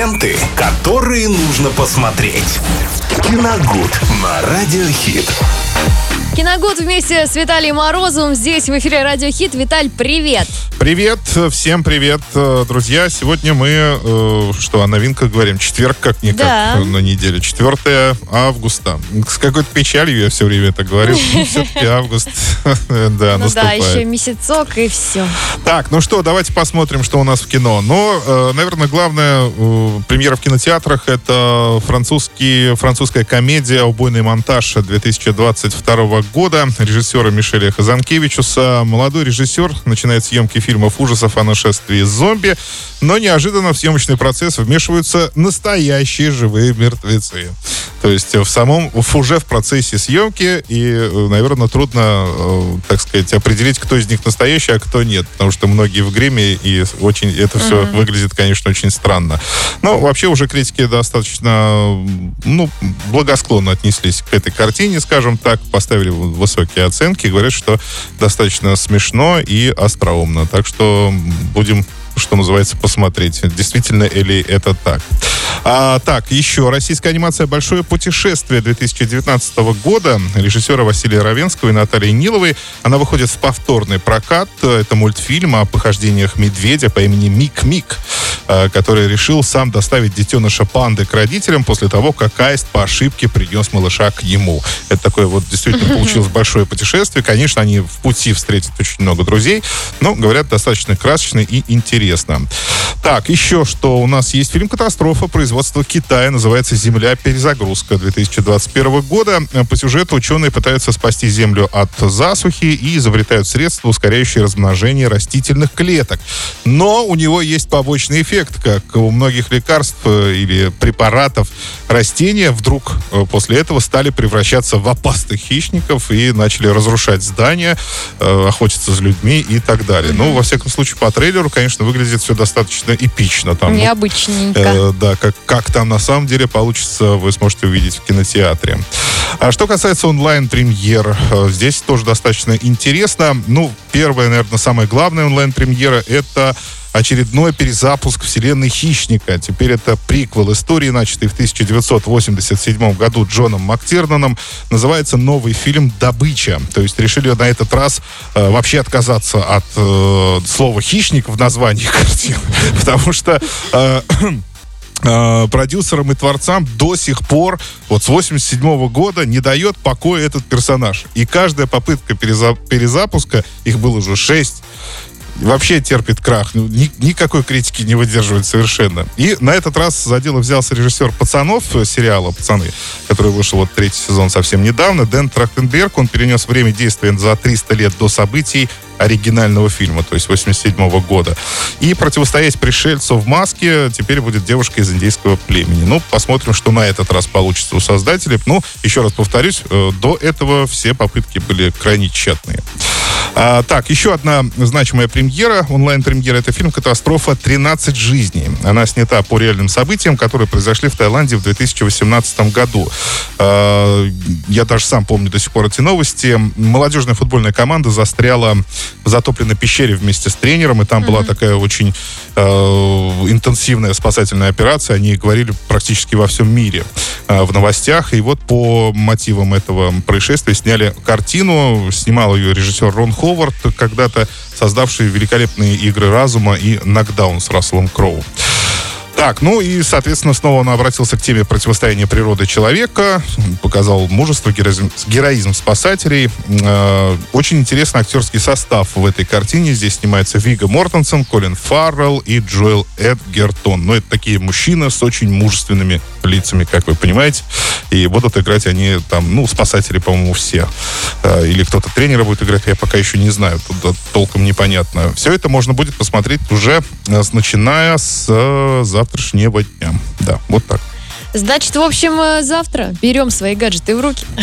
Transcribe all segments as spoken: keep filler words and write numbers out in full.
Ленты, которые нужно посмотреть. Киногуд на Радиохит. Киногуд вместе с Виталием Морозовым здесь в эфире Радиохит. Виталь, привет! Привет, всем привет, друзья. Сегодня мы, э, что, о новинках говорим. Четверг, как-никак, да. на неделе. четвёртое августа. С какой-то печалью я все время это говорю. Все-таки август, да, наступает. Ну да, еще месяцок и все. Так, ну что, давайте посмотрим, что у нас в кино. Ну, наверное, главная премьера в кинотеатрах — это французский, французская комедия «Убойный монтаж» две тысячи двадцать второго года режиссера Мишеля Хазанкевичуса. Молодой режиссер начинает съемки фильмов ужасов о нашествии зомби, но неожиданно в съемочный процесс вмешиваются настоящие живые мертвецы. То есть в самом, уже в процессе съемки, и, наверное, трудно, так сказать, определить, кто из них настоящий, а кто нет, потому что многие в гриме, и очень это все mm-hmm. выглядит, конечно, очень странно. Но вообще уже критики достаточно, ну, благосклонно отнеслись к этой картине, скажем так, поставили высокие оценки, говорят, что достаточно смешно и остроумно. Так что будем, что называется, посмотреть, действительно ли это так. А, так, еще российская анимация «Большое путешествие» две тысячи девятнадцатого года режиссера Василия Равенского и Натальи Ниловой. Она выходит в повторный прокат. Это мультфильм о похождениях медведя по имени Мик-Мик, который решил сам доставить детеныша панды к родителям после того, как аист по ошибке принес малыша к ему. Это такое вот действительно получилось большое путешествие. Конечно, они в пути встретят очень много друзей, но, говорят, достаточно красочно и интересно. Так, еще что у нас есть фильм «Катастрофа» производства Китая, называется «Земля. Перезагрузка» две тысячи двадцать первого года. По сюжету ученые пытаются спасти Землю от засухи и изобретают средства, ускоряющие размножение растительных клеток. Но у него есть побочный эффект, как у многих лекарств или препаратов. Растения вдруг после этого стали превращаться в опасных хищников и начали разрушать здания, охотиться за людьми и так далее. Mm-hmm. Ну, во всяком случае, по трейлеру, конечно, выглядит все достаточно эпично. Там, необычненько. Э, да, как, как там на самом деле получится, вы сможете увидеть в кинотеатре. А что касается онлайн-премьер, здесь тоже достаточно интересно. Ну, первая, наверное, самая главная онлайн-премьера — это очередной перезапуск вселенной «Хищника». Теперь это приквел истории, начатой в тысяча девятьсот восемьдесят седьмом году Джоном Мактирнаном. Называется новый фильм «Добыча». То есть решили на этот раз э, вообще отказаться от э, слова «хищник» в названии картины, потому что э, продюсерам и творцам до сих пор, вот с восемьдесят седьмого года, не дает покоя этот персонаж. И каждая попытка переза- перезапуска, их было уже шесть, вообще терпит крах. Ни, никакой критики не выдерживает совершенно. И на этот раз за дело взялся режиссер «Пацанов», сериала «Пацаны», который вышел вот третий сезон совсем недавно, Дэн Трахтенберг. Он перенес время действия за триста лет до событий оригинального фильма, то есть восемьдесят седьмого года. И противостоять пришельцу в маске теперь будет девушка из индейского племени. Ну, посмотрим, что на этот раз получится у создателей. Ну, еще раз повторюсь, до этого все попытки были крайне тщетные. А, так, еще одна значимая премьера, онлайн-премьера, это фильм «Катастрофа. тринадцать жизней». Она снята по реальным событиям, которые произошли в Таиланде в две тысячи восемнадцатом году. А, я даже сам помню до сих пор эти новости. Молодежная футбольная команда застряла в затопленной пещере вместе с тренером, и там mm-hmm. была такая очень э, интенсивная спасательная операция. Они говорили практически во всем мире э, в новостях. И вот по мотивам этого происшествия сняли картину. Снимал ее режиссер Рон Ховард, когда-то создавший великолепные «Игры разума» и «Нокдаун» с Расселом Кроу. Так, ну и, соответственно, снова он обратился к теме противостояния природы и человека, показал мужество, героизм, героизм спасателей. Э, очень интересный актерский состав в этой картине. Здесь снимается Вигго Мортенсен, Колин Фаррелл и Джоэл Эдгертон. Ну, это такие мужчины с очень мужественными лицами, как вы понимаете. И будут играть они там, ну, спасатели, по-моему, все. Э, или кто-то тренера будет играть, я пока еще не знаю. Тут толком непонятно. Все это можно будет посмотреть уже э, начиная с э, завтрашнего дня. Да, вот так. Значит, в общем, завтра берем свои гаджеты в руки.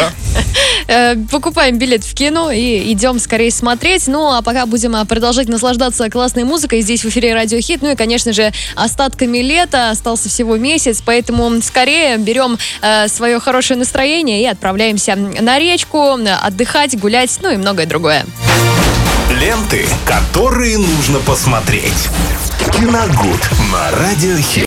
Да. Покупаем билет в кино и идем скорее смотреть. Ну, а пока будем продолжать наслаждаться классной музыкой здесь в эфире Радиохит. Ну и, конечно же, остатками лета. Остался всего месяц, поэтому скорее берем э, свое хорошее настроение и отправляемся на речку отдыхать, гулять, ну и многое другое. Ленты, которые нужно посмотреть. Киногуд на Радиохит.